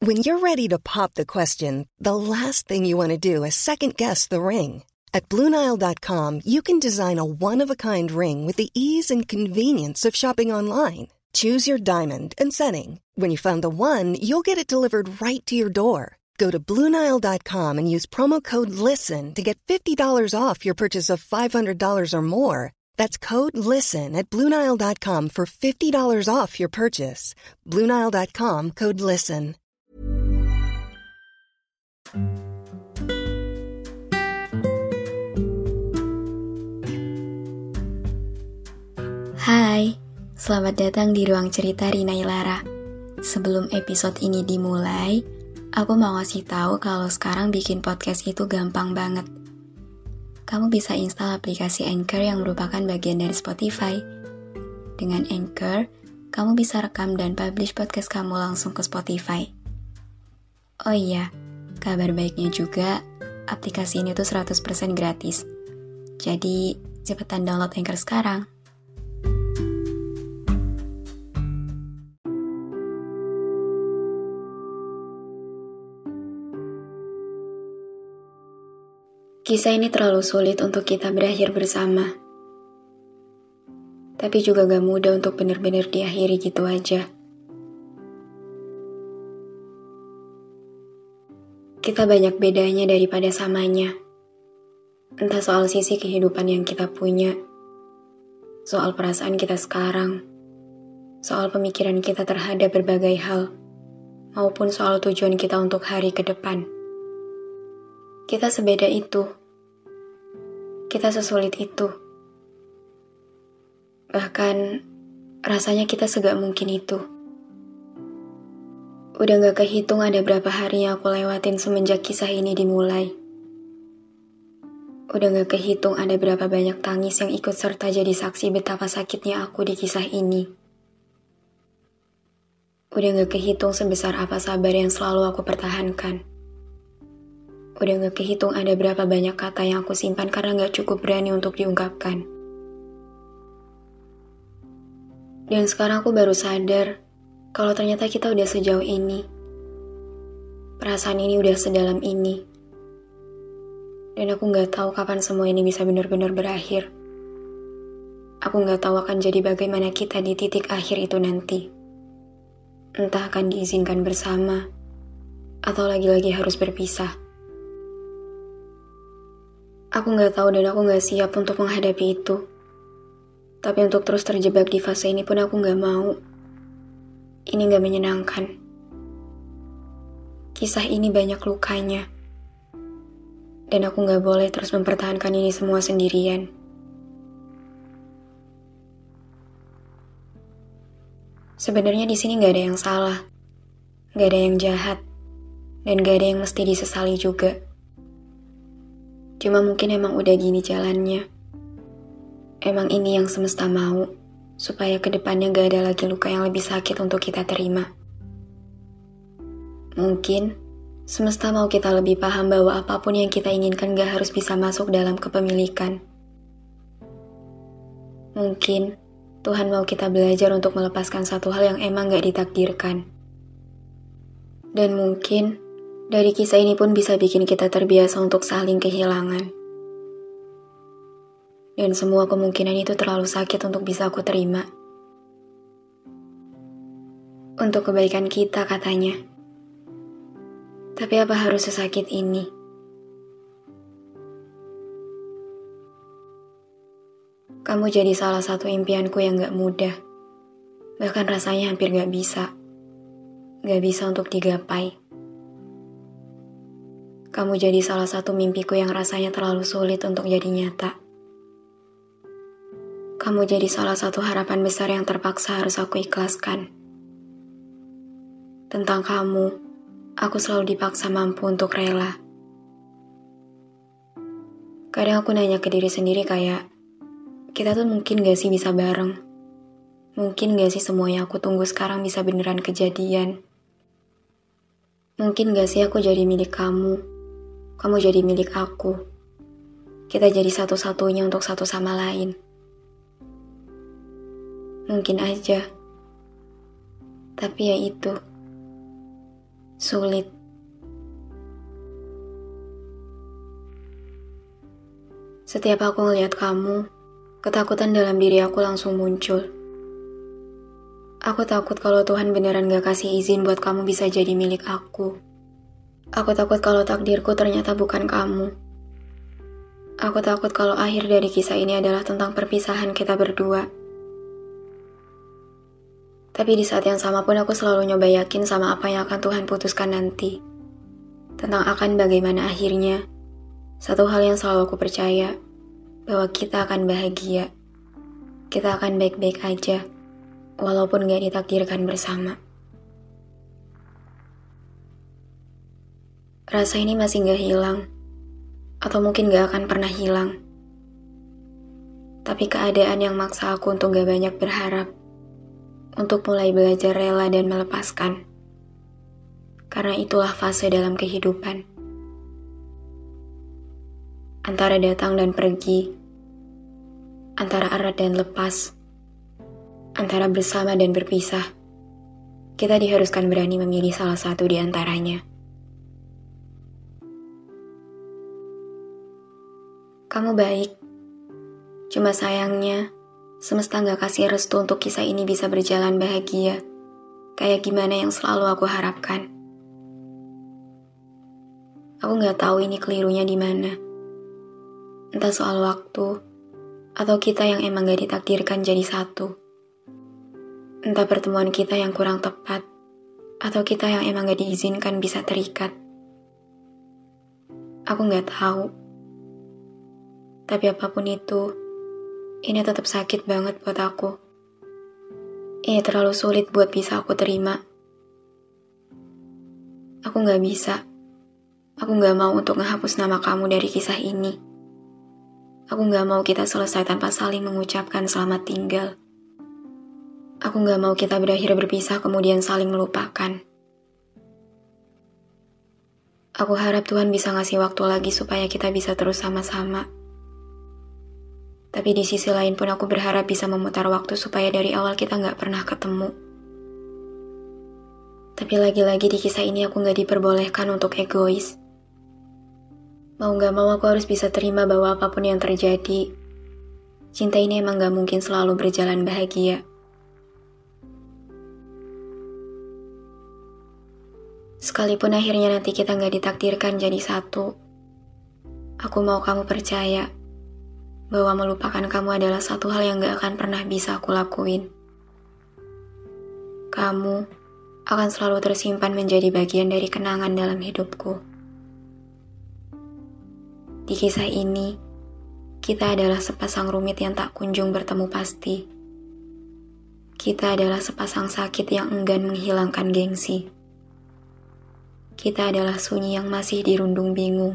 When you're ready to pop the question, the last thing you want to do is second-guess the ring. At BlueNile.com, you can design a one-of-a-kind ring with the ease and convenience of shopping online. Choose your diamond and setting. When you find the one, you'll get it delivered right to your door. Go to BlueNile.com and use promo code LISTEN to get $50 off your purchase of $500 or more. That's code LISTEN at BlueNile.com for $50 off your purchase. BlueNile.com, code LISTEN. Hai, selamat datang di Ruang Cerita Rina Ilara. Sebelum episode ini dimulai, aku mau ngasih tahu kalau sekarang bikin podcast itu gampang banget. Kamu bisa install aplikasi Anchor yang merupakan bagian dari Spotify. Dengan Anchor, kamu bisa rekam dan publish podcast kamu langsung ke Spotify. Oh iya, kabar baiknya juga, aplikasi ini tuh 100% gratis. Jadi, cepetan download Anchor sekarang. Kisah ini terlalu sulit untuk kita berakhir bersama. Tapi juga gak mudah untuk benar-benar diakhiri gitu aja. Kita banyak bedanya daripada samanya. Entah soal sisi kehidupan yang kita punya, soal perasaan kita sekarang, soal pemikiran kita terhadap berbagai hal, maupun soal tujuan kita untuk hari ke depan. Kita sebeda itu. Kita sesulit itu. Bahkan, rasanya kita segak mungkin itu. Udah gak kehitung ada berapa hari yang aku lewatin semenjak kisah ini dimulai. Udah gak kehitung ada berapa banyak tangis yang ikut serta jadi saksi betapa sakitnya aku di kisah ini. Udah gak kehitung sebesar apa sabar yang selalu aku pertahankan. Udah gak kehitung ada berapa banyak kata yang aku simpan karena gak cukup berani untuk diungkapkan. Dan sekarang aku baru sadar kalau ternyata kita udah sejauh ini. Perasaan ini udah sedalam ini. Dan aku gak tahu kapan semua ini bisa benar-benar berakhir. Aku gak tahu akan jadi bagaimana kita di titik akhir itu nanti. Entah akan diizinkan bersama, atau lagi-lagi harus berpisah. Aku gak tahu dan aku gak siap untuk menghadapi itu. Tapi untuk terus terjebak di fase ini pun aku gak mau. Ini gak menyenangkan. Kisah ini banyak lukanya. Dan aku gak boleh terus mempertahankan ini semua sendirian. Sebenarnya di sini gak ada yang salah. Gak ada yang jahat. Dan gak ada yang mesti disesali juga. Cuma mungkin emang udah gini jalannya. Emang ini yang semesta mau, supaya kedepannya gak ada lagi luka yang lebih sakit untuk kita terima. Mungkin, semesta mau kita lebih paham bahwa apapun yang kita inginkan gak harus bisa masuk dalam kepemilikan. Mungkin, Tuhan mau kita belajar untuk melepaskan satu hal yang emang gak ditakdirkan. Dan mungkin, dari kisah ini pun bisa bikin kita terbiasa untuk saling kehilangan. Dan semua kemungkinan itu terlalu sakit untuk bisa aku terima. Untuk kebaikan kita katanya. Tapi apa harus sesakit ini? Kamu jadi salah satu impianku yang gak mudah. Bahkan rasanya hampir gak bisa. Gak bisa untuk digapai. Kamu jadi salah satu mimpiku yang rasanya terlalu sulit untuk jadi nyata. Kamu jadi salah satu harapan besar yang terpaksa harus aku ikhlaskan. Tentang kamu, aku selalu dipaksa mampu untuk rela. Kadang aku nanya ke diri sendiri kayak, kita tuh mungkin gak sih bisa bareng? Mungkin gak sih semua yang aku tunggu sekarang bisa beneran kejadian? Mungkin gak sih aku jadi milik kamu? Kamu jadi milik aku. Kita jadi satu-satunya untuk satu sama lain. Mungkin aja. Tapi ya itu. sulit. Setiap aku ngeliat kamu, ketakutan dalam diri aku langsung muncul. Aku takut kalau Tuhan beneran gak kasih izin buat kamu bisa jadi milik aku. Aku takut kalau takdirku ternyata bukan kamu. Aku takut kalau akhir dari kisah ini adalah tentang perpisahan kita berdua. Tapi di saat yang sama pun aku selalu nyoba yakin sama apa yang akan Tuhan putuskan nanti. Tentang akan bagaimana akhirnya. Satu hal yang selalu aku percaya, bahwa kita akan bahagia. Kita akan baik-baik aja, walaupun gak ditakdirkan bersama. Rasa ini masih gak hilang, atau mungkin gak akan pernah hilang. Tapi keadaan yang maksa aku untuk gak banyak berharap, untuk mulai belajar rela dan melepaskan. Karena itulah fase dalam kehidupan. Antara datang dan pergi, antara erat dan lepas, antara bersama dan berpisah, kita diharuskan berani memilih salah satu di antaranya. Kamu baik, cuma sayangnya semesta gak kasih restu untuk kisah ini bisa berjalan bahagia, kayak gimana yang selalu aku harapkan. Aku gak tahu ini kelirunya di mana. Entah soal waktu, atau kita yang emang gak ditakdirkan jadi satu. Entah pertemuan kita yang kurang tepat, atau kita yang emang gak diizinkan bisa terikat. Aku gak tahu. Tapi apapun itu, ini tetap sakit banget buat aku. Ini terlalu sulit buat bisa aku terima. Aku gak bisa. Aku gak mau untuk ngehapus nama kamu dari kisah ini. Aku gak mau kita selesai tanpa saling mengucapkan selamat tinggal. Aku gak mau kita berakhir berpisah kemudian saling melupakan. Aku harap Tuhan bisa ngasih waktu lagi supaya kita bisa terus sama-sama. Tapi di sisi lain pun aku berharap bisa memutar waktu supaya dari awal kita gak pernah ketemu. Tapi lagi-lagi di kisah ini aku gak diperbolehkan untuk egois. Mau gak mau aku harus bisa terima bahwa apapun yang terjadi, cinta ini emang gak mungkin selalu berjalan bahagia. Sekalipun akhirnya nanti kita gak ditakdirkan jadi satu, aku mau kamu percaya bahwa melupakan kamu adalah satu hal yang gak akan pernah bisa aku lakuin. Kamu akan selalu tersimpan menjadi bagian dari kenangan dalam hidupku. Di kisah ini, kita adalah sepasang rumit yang tak kunjung bertemu pasti. Kita adalah sepasang sakit yang enggan menghilangkan gengsi. Kita adalah sunyi yang masih dirundung bingung.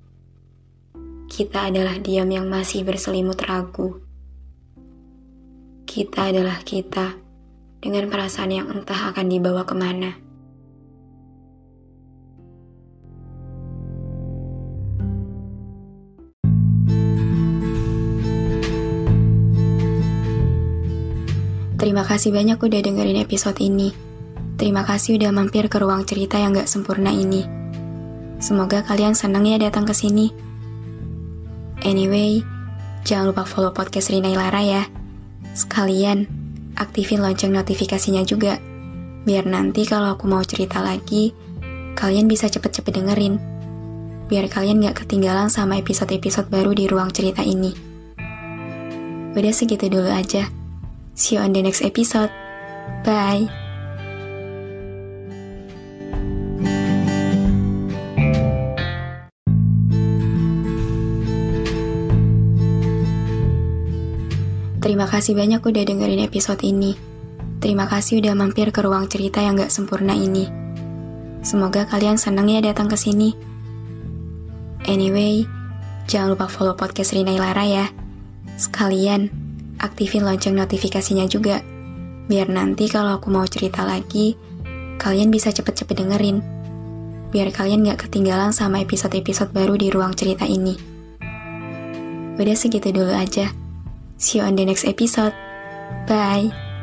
Kita adalah diam yang masih berselimut ragu. Kita adalah kita, dengan perasaan yang entah akan dibawa kemana. Terima kasih banyak udah dengerin episode ini. Terima kasih udah mampir ke ruang cerita yang gak sempurna ini. Semoga kalian seneng ya datang ke sini. Anyway, jangan lupa follow podcast Rina Ilara ya. Sekalian, aktifin lonceng notifikasinya juga. Biar nanti kalau aku mau cerita lagi, kalian bisa cepet-cepet dengerin. Biar kalian gak ketinggalan sama episode-episode baru di ruang cerita ini. Udah segitu dulu aja. See you on the next episode. Bye. Terima kasih banyak udah dengerin episode ini. Terima kasih udah mampir ke ruang cerita yang gak sempurna ini. Semoga kalian seneng ya datang ke sini. Anyway, jangan lupa follow podcast Rina Ilara ya. Sekalian, aktifin lonceng notifikasinya juga. Biar nanti kalau aku mau cerita lagi, kalian bisa cepet-cepet dengerin. Biar kalian gak ketinggalan sama episode-episode baru di ruang cerita ini. Udah segitu dulu aja. See you on the next episode. Bye.